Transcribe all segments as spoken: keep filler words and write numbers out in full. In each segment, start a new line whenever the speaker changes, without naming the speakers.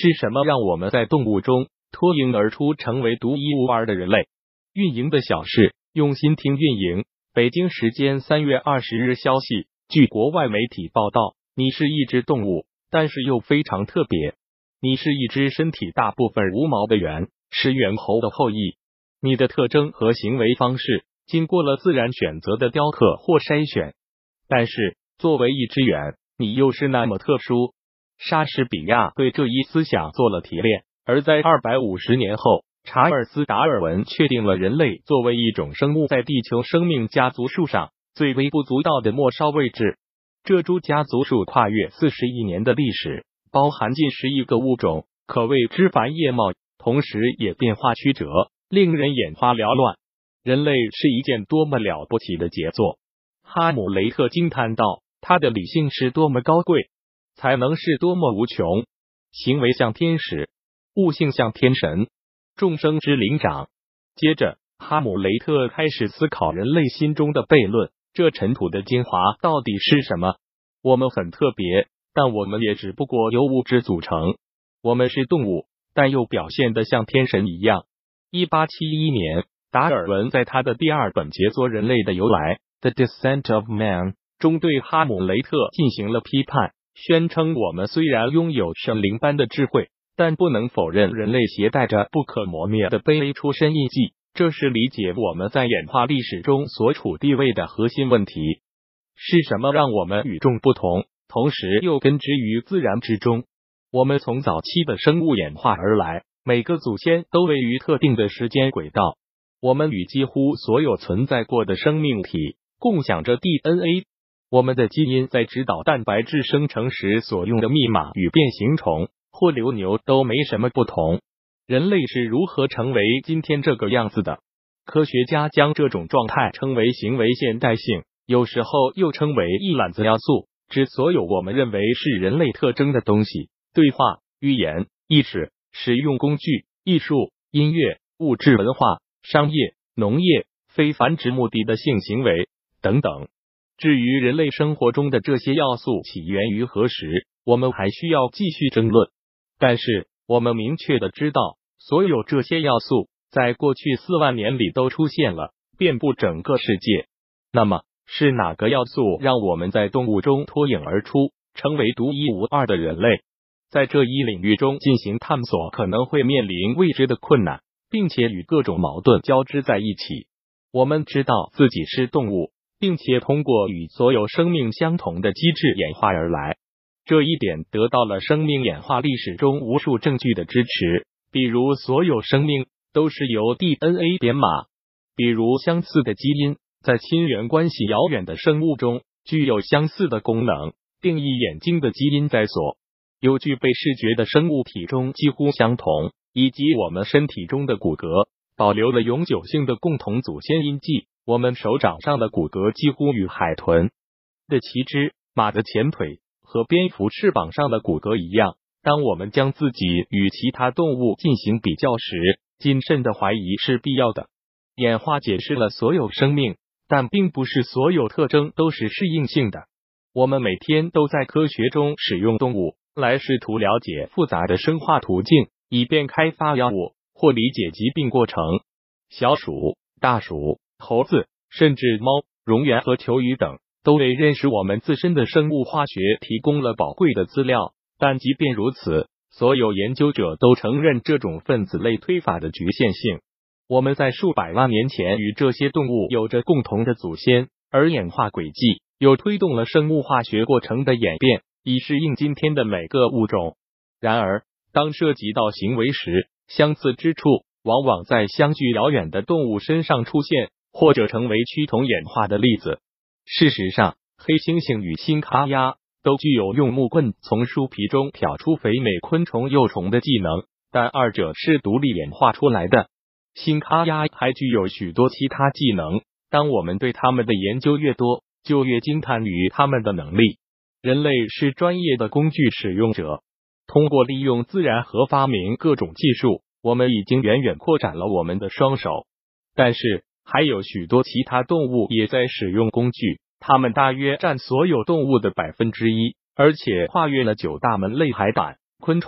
是什么让我们在动物中脱颖而出，成为独一无二的人类？运营的小事，用心听运营。北京时间三月二十日消息，据国外媒体报道，你是一只动物，但是又非常特别。你是一只身体大部分无毛的猿，是猿猴的后裔。你的特征和行为方式经过了自然选择的雕刻或筛选，但是作为一只猿，你又是那么特殊。莎士比亚对这一思想做了提炼，而在二百五十年后，查尔斯·达尔文确定了人类作为一种生物在地球生命家族树上最微不足道的末梢位置。这株家族树跨越四十亿年的历史，包含近十亿个物种，可谓枝繁叶茂，同时也变化曲折，令人眼花缭乱。人类是一件多么了不起的杰作！哈姆雷特惊叹道：“他的理性是多么高贵，才能是多么无穷，行为像天使，悟性像天神，众生之灵长。”接着，哈姆雷特开始思考人类心中的悖论：这尘土的精华到底是什么？我们很特别，但我们也只不过由物质组成。我们是动物，但又表现得像天神一样。一八七一年，达尔文在他的第二本杰作《人类的由来》The Descent of Man 中对哈姆雷特进行了批判，宣称我们虽然拥有神灵般的智慧，但不能否认人类携带着不可磨灭的卑微出身印记，这是理解我们在演化历史中所处地位的核心问题。是什么让我们与众不同，同时又根植于自然之中？我们从早期的生物演化而来，每个祖先都位于特定的时间轨道。我们与几乎所有存在过的生命体共享着 D N A， 我们的基因在指导蛋白质生成时所用的密码与变形虫或流牛都没什么不同。人类是如何成为今天这个样子的？科学家将这种状态称为行为现代性，有时候又称为一揽子要素，指所有我们认为是人类特征的东西：对话、语言、意识、使用工具、艺术、音乐、物质文化、商业、农业、非繁殖目的的性行为等等。至于人类生活中的这些要素起源于何时，我们还需要继续争论。但是我们明确的知道，所有这些要素在过去四万年里都出现了，遍布整个世界。那么是哪个要素让我们在动物中脱颖而出，成为独一无二的人类？在这一领域中进行探索可能会面临未知的困难，并且与各种矛盾交织在一起。我们知道自己是动物，并且通过与所有生命相同的机制演化而来。这一点得到了生命演化历史中无数证据的支持，比如所有生命都是由 D N A 编码，比如相似的基因在亲缘关系遥远的生物中具有相似的功能，定义眼睛的基因在所有具备视觉的生物体中几乎相同，以及我们身体中的骨骼保留了永久性的共同祖先印记。我们手掌上的骨骼几乎与海豚的鳍肢、马的前腿和蝙蝠翅膀上的骨骼一样。当我们将自己与其他动物进行比较时，谨慎的怀疑是必要的。演化解释了所有生命，但并不是所有特征都是适应性的。我们每天都在科学中使用动物来试图了解复杂的生化途径，以便开发药物或理解疾病过程。小鼠、大鼠、猴子，甚至猫、蝾螈和球鱼等，都为认识我们自身的生物化学提供了宝贵的资料。但即便如此，所有研究者都承认这种分子类推法的局限性。我们在数百万年前与这些动物有着共同的祖先，而演化轨迹又推动了生物化学过程的演变，以适应今天的每个物种。然而，当涉及到行为时，相似之处往往在相距遥远的动物身上出现，或者成为趋同演化的例子。事实上，黑猩猩与新喀鸦都具有用木棍从树皮中挑出肥美昆虫幼虫的技能，但二者是独立演化出来的。新喀鸦还具有许多其他技能，当我们对它们的研究越多，就越惊叹于它们的能力。人类是专业的工具使用者，通过利用自然和发明各种技术，我们已经远远扩展了我们的双手。但是还有许多其他动物也在使用工具，它们大约占所有动物的百分之一，而且跨越了九大门类海胆、昆虫、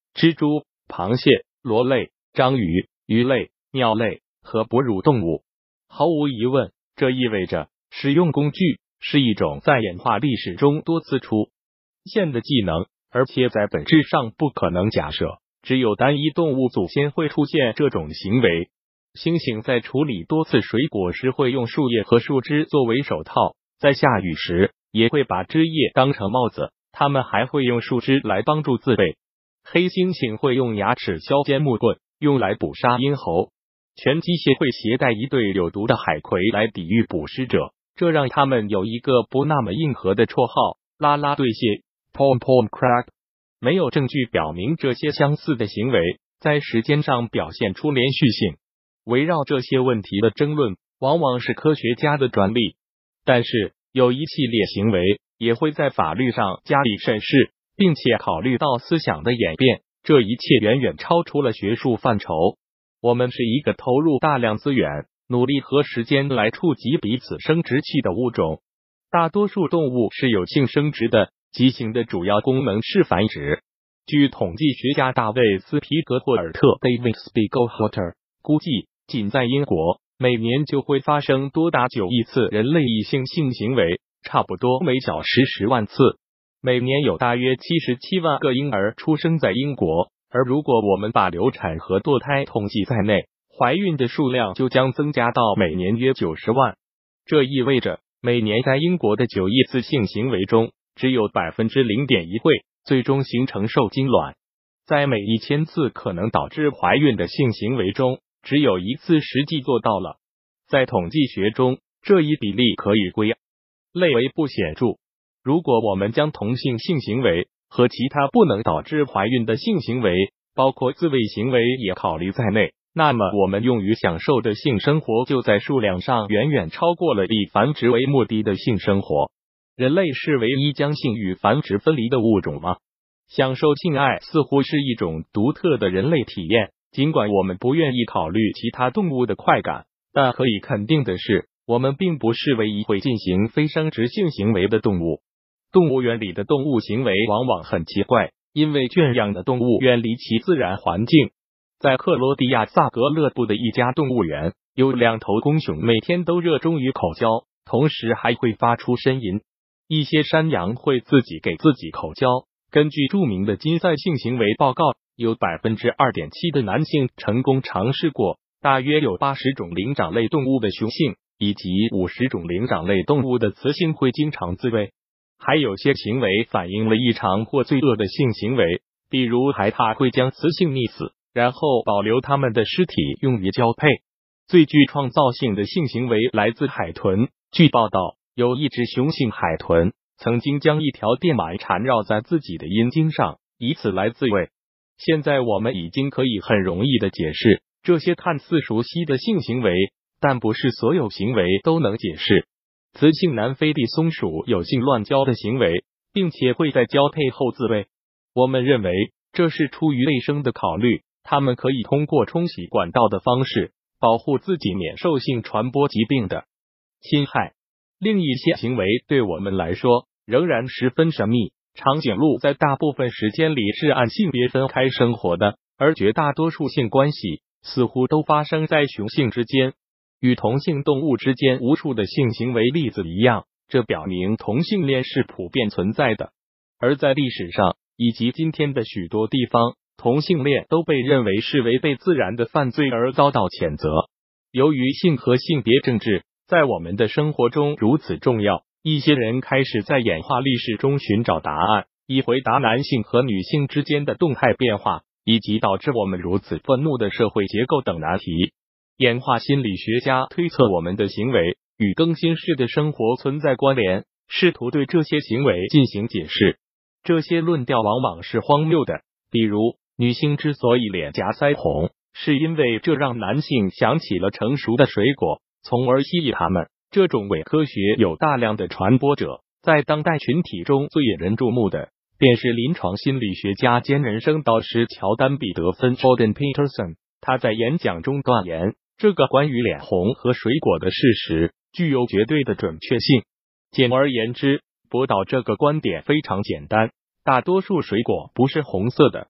蜘蛛、螃蟹、螺类、章鱼、鱼类、鸟类和哺乳动物。毫无疑问，这意味着使用工具是一种在演化历史中多次出现的技能，而且在本质上不可能假设只有单一动物祖先会出现这种行为。猩猩在处理多次水果时会用树叶和树枝作为手套，在下雨时也会把枝叶当成帽子，它们还会用树枝来帮助自卫。黑猩猩会用牙齿削尖木棍，用来捕杀鹰猴。拳击蟹会携带一对有毒的海葵来抵御捕食者，这让它们有一个不那么硬核的绰号——啦啦队蟹 （Pom Pom Crab）。没有证据表明这些相似的行为在时间上表现出连续性。围绕这些问题的争论往往是科学家的专利，但是有一系列行为也会在法律上加以审视，并且考虑到思想的演变。这一切远远超出了学术范畴。我们是一个投入大量资源、努力和时间来触及彼此生殖器的物种。大多数动物是有性生殖的，畸形的主要功能是繁殖。据统计学家大卫·斯皮格霍尔特 （David Spiegelhalter） 估计，仅在英国，每年就会发生多达九亿次人类异性性行为，差不多每小时十万次。每年有大约七十七万个婴儿出生在英国，而如果我们把流产和堕胎统计在内，怀孕的数量就将增加到每年约九十万。这意味着每年在英国的九亿次性行为中，只有百分之零点一会最终形成受精卵。在每一千次可能导致怀孕的性行为中，只有一次实际做到了。在统计学中，这一比例可以归类为不显著。如果我们将同性性行为和其他不能导致怀孕的性行为，包括自慰行为也考虑在内，那么我们用于享受的性生活就在数量上远远超过了以繁殖为目的的性生活。人类是唯一将性与繁殖分离的物种吗？享受性爱似乎是一种独特的人类体验，尽管我们不愿意考虑其他动物的快感，但可以肯定的是，我们并不是唯一会进行非生殖性行为的动物。动物园里的动物行为往往很奇怪，因为圈养的动物远离其自然环境。在克罗地亚萨格勒布的一家动物园，有两头公熊每天都热衷于口交，同时还会发出呻吟。一些山羊会自己给自己口交。根据著名的金赛性行为报告，有 百分之二点七 的男性成功尝试过。大约有八十种灵长类动物的雄性以及五十种灵长类动物的雌性会经常自慰。还有些行为反映了异常或罪恶的性行为，比如海獭会将雌性溺死，然后保留它们的尸体用于交配。最具创造性的性行为来自海豚。据报道，有一只雄性海豚曾经将一条电鳗缠绕在自己的阴茎上，以此来自慰。现在我们已经可以很容易的解释这些看似熟悉的性行为，但不是所有行为都能解释。雌性南非地松鼠有性乱交的行为，并且会在交配后自慰。我们认为这是出于卫生的考虑，它们可以通过冲洗管道的方式保护自己免受性传播疾病的侵害。另一些行为对我们来说仍然十分神秘。长颈鹿在大部分时间里是按性别分开生活的，而绝大多数性关系似乎都发生在雄性之间。与同性动物之间无数的性行为例子一样，这表明同性恋是普遍存在的。而在历史上以及今天的许多地方，同性恋都被认为是违背自然的犯罪而遭到谴责。由于性和性别政治在我们的生活中如此重要，一些人开始在演化历史中寻找答案，以回答男性和女性之间的动态变化，以及导致我们如此愤怒的社会结构等难题。演化心理学家推测我们的行为与更新世的生活存在关联，试图对这些行为进行解释。这些论调往往是荒谬的，比如女性之所以脸颊腮红，是因为这让男性想起了成熟的水果，从而吸引他们。这种伪科学有大量的传播者，在当代群体中最引人注目的便是临床心理学家兼人生导师乔丹·彼得芬 （Jordan Peterson）。他在演讲中断言，这个关于脸红和水果的事实具有绝对的准确性。简而言之，驳倒这个观点非常简单，大多数水果不是红色的。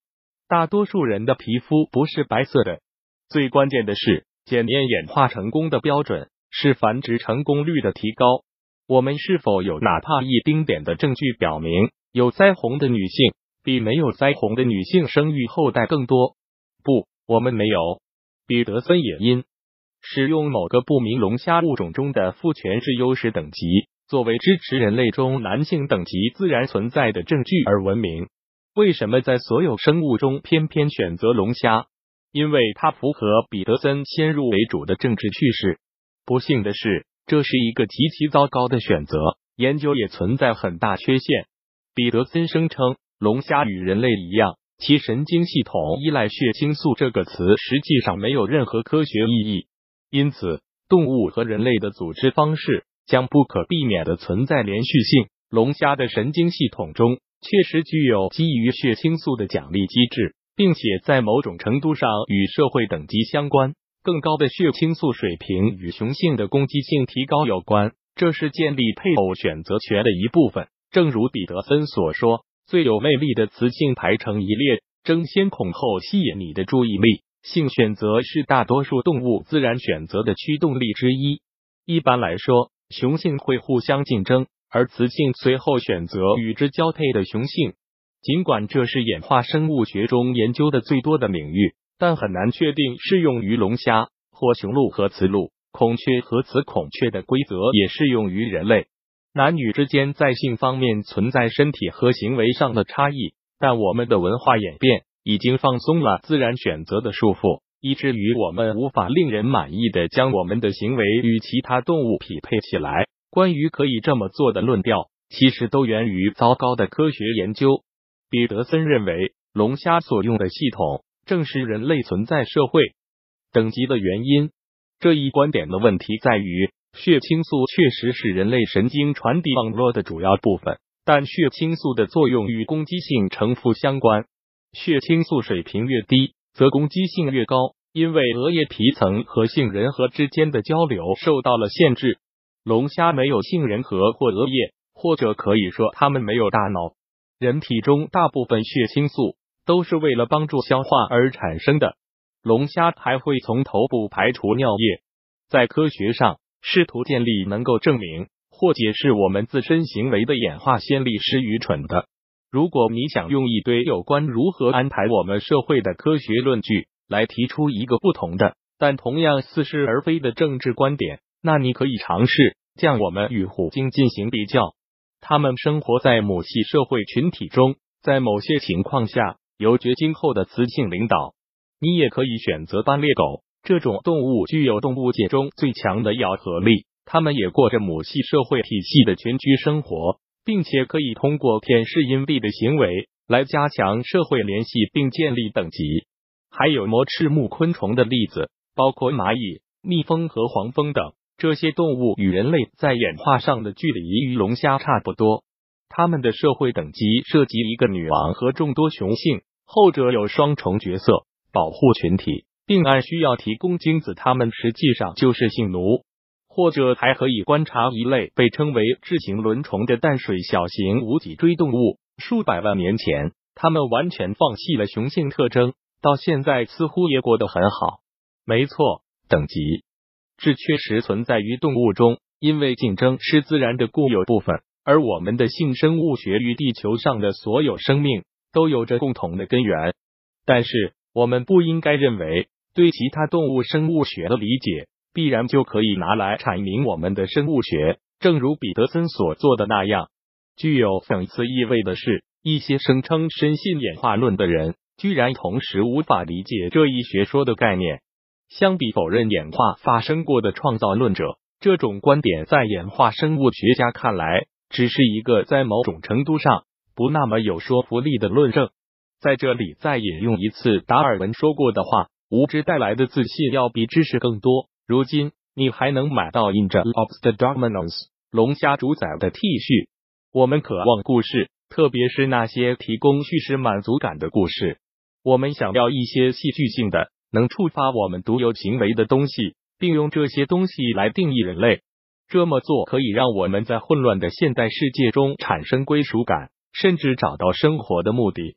大多数人的皮肤不是白色的。最关键的是，检验演化成功的标准是繁殖成功率的提高。我们是否有哪怕一丁点的证据表明，有腮红的女性比没有腮红的女性生育后代更多？不，我们没有。彼得森也因使用某个不明龙虾物种中的父权制优势等级作为支持人类中男性等级自然存在的证据而闻名。为什么在所有生物中偏偏选择龙虾？因为它符合彼得森先入为主的政治叙事。不幸的是，这是一个极其糟糕的选择，研究也存在很大缺陷。彼得森声称，龙虾与人类一样，其神经系统依赖血清素这个词实际上没有任何科学意义。因此，动物和人类的组织方式将不可避免的存在连续性。龙虾的神经系统中确实具有基于血清素的奖励机制，并且在某种程度上与社会等级相关。更高的血清素水平与雄性的攻击性提高有关，这是建立配偶选择权的一部分。正如彼得森所说，最有魅力的雌性排成一列，争先恐后吸引你的注意力。性选择是大多数动物自然选择的驱动力之一。一般来说，雄性会互相竞争，而雌性随后选择与之交配的雄性。尽管这是演化生物学中研究的最多的领域，但很难确定适用于龙虾或雄鹿和雌鹿。孔雀和雌孔雀的规则也适用于人类。男女之间在性方面存在身体和行为上的差异，但我们的文化演变已经放松了自然选择的束缚，以至于我们无法令人满意的将我们的行为与其他动物匹配起来。关于可以这么做的论调，其实都源于糟糕的科学研究。彼得森认为，龙虾所用的系统正是人类存在社会等级的原因。这一观点的问题在于，血清素确实是人类神经传递网络的主要部分，但血清素的作用与攻击性呈负相关。血清素水平越低，则攻击性越高，因为额叶皮层和杏仁核之间的交流受到了限制。龙虾没有杏仁核或额叶，或者可以说它们没有大脑。人体中大部分血清素都是为了帮助消化而产生的。龙虾还会从头部排出尿液。在科学上，试图建立能够证明或解释我们自身行为的演化先例是愚蠢的。如果你想用一堆有关如何安排我们社会的科学论据来提出一个不同的但同样似是而非的政治观点，那你可以尝试将我们与虎鲸进行比较。它们生活在母系社会群体中，在某些情况下由绝经后的雌性领导。你也可以选择斑鬣狗，这种动物具有动物界中最强的咬合力，它们也过着母系社会体系的群居生活，并且可以通过舔舐阴蒂的行为来加强社会联系并建立等级。还有膜翅目昆虫的例子，包括蚂蚁、蜜蜂和黄蜂等。这些动物与人类在演化上的距离与龙虾差不多。它们的社会等级涉及一个女王和众多雄性，后者有双重角色，保护群体，并按需要提供精子。它们实际上就是性奴。或者还可以观察一类被称为智形轮虫的淡水小型无脊椎动物。数百万年前，它们完全放弃了雄性特征，到现在似乎也过得很好。没错，等级这确实存在于动物中，因为竞争是自然的固有部分，而我们的性生物学与地球上的所有生命都有着共同的根源。但是，我们不应该认为对其他动物生物学的理解必然就可以拿来阐明我们的生物学，正如彼得森所做的那样。具有讽刺意味的是，一些声称深信演化论的人，居然同时无法理解这一学说的概念。相比否认演化发生过的创造论者，这种观点在演化生物学家看来，只是一个在某种程度上不那么有说服力的论证。在这里再引用一次达尔文说过的话，无知带来的自信要比知识更多。如今，你还能买到印着 Lobster Dominance 龙虾主宰的 T 恤。我们渴望故事，特别是那些提供叙事满足感的故事。我们想要一些戏剧性的能触发我们独有行为的东西，并用这些东西来定义人类。这么做可以让我们在混乱的现代世界中产生归属感，甚至找到生活的目的。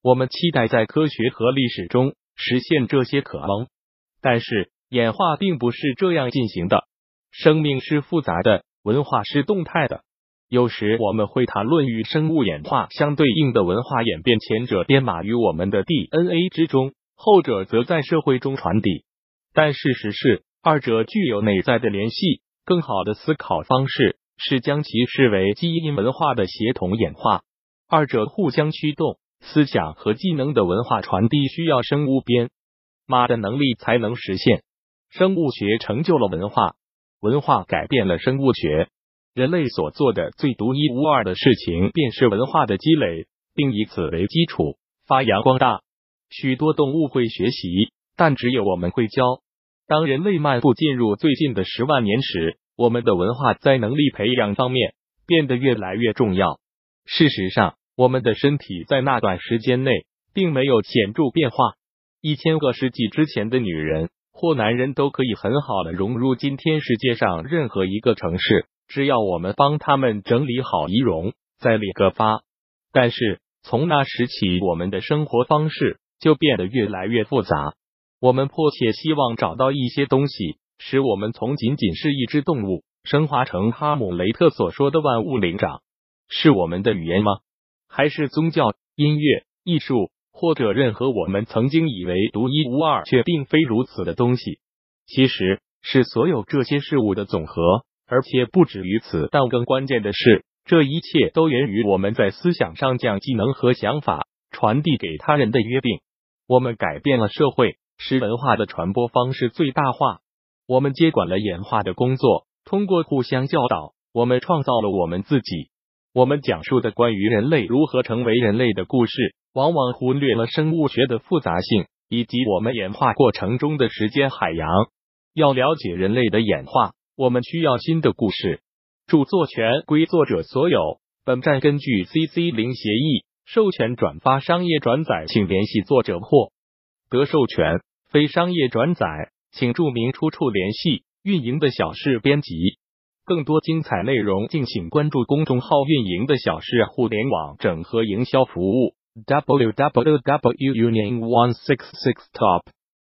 我们期待在科学和历史中实现这些可能，但是演化并不是这样进行的。生命是复杂的，文化是动态的。有时我们会谈论与生物演化相对应的文化演变，前者编码于我们的 D N A 之中，后者则在社会中传递。但事实是，二者具有内在的联系。更好的思考方式是将其视为基因文化的协同演化，二者互相驱动。思想和技能的文化传递需要生物编码的能力才能实现。生物学成就了文化，文化改变了生物学。人类所做的最独一无二的事情，便是文化的积累，并以此为基础发扬光大。许多动物会学习，但只有我们会教。当人类迈步进入最近的十万年时，我们的文化在能力培养方面变得越来越重要。事实上，我们的身体在那段时间内并没有显著变化。一千个世纪之前的女人或男人都可以很好的融入今天世界上任何一个城市，只要我们帮他们整理好仪容，再理个发。但是从那时起，我们的生活方式就变得越来越复杂。我们迫切希望找到一些东西，使我们从仅仅是一只动物升华成哈姆雷特所说的万物灵长。是我们的语言吗？还是宗教、音乐、艺术，或者任何我们曾经以为独一无二却并非如此的东西？其实是所有这些事物的总和，而且不止于此。但更关键的是，这一切都源于我们在思想上将技能和想法传递给他人的约定。我们改变了社会，使文化的传播方式最大化。我们接管了演化的工作，通过互相教导，我们创造了我们自己。我们讲述的关于人类如何成为人类的故事，往往忽略了生物学的复杂性，以及我们演化过程中的时间海洋。要了解人类的演化，我们需要新的故事。著作权归作者所有。本站根据 C C 零协议授权转发商业转载，请联系作者或得授权。非商业转载，请注明出处联系运营的小事编辑。更多精彩内容，敬请关注公众号运营的小事互联网整合营销服务 double u double u double u dot union one six six top。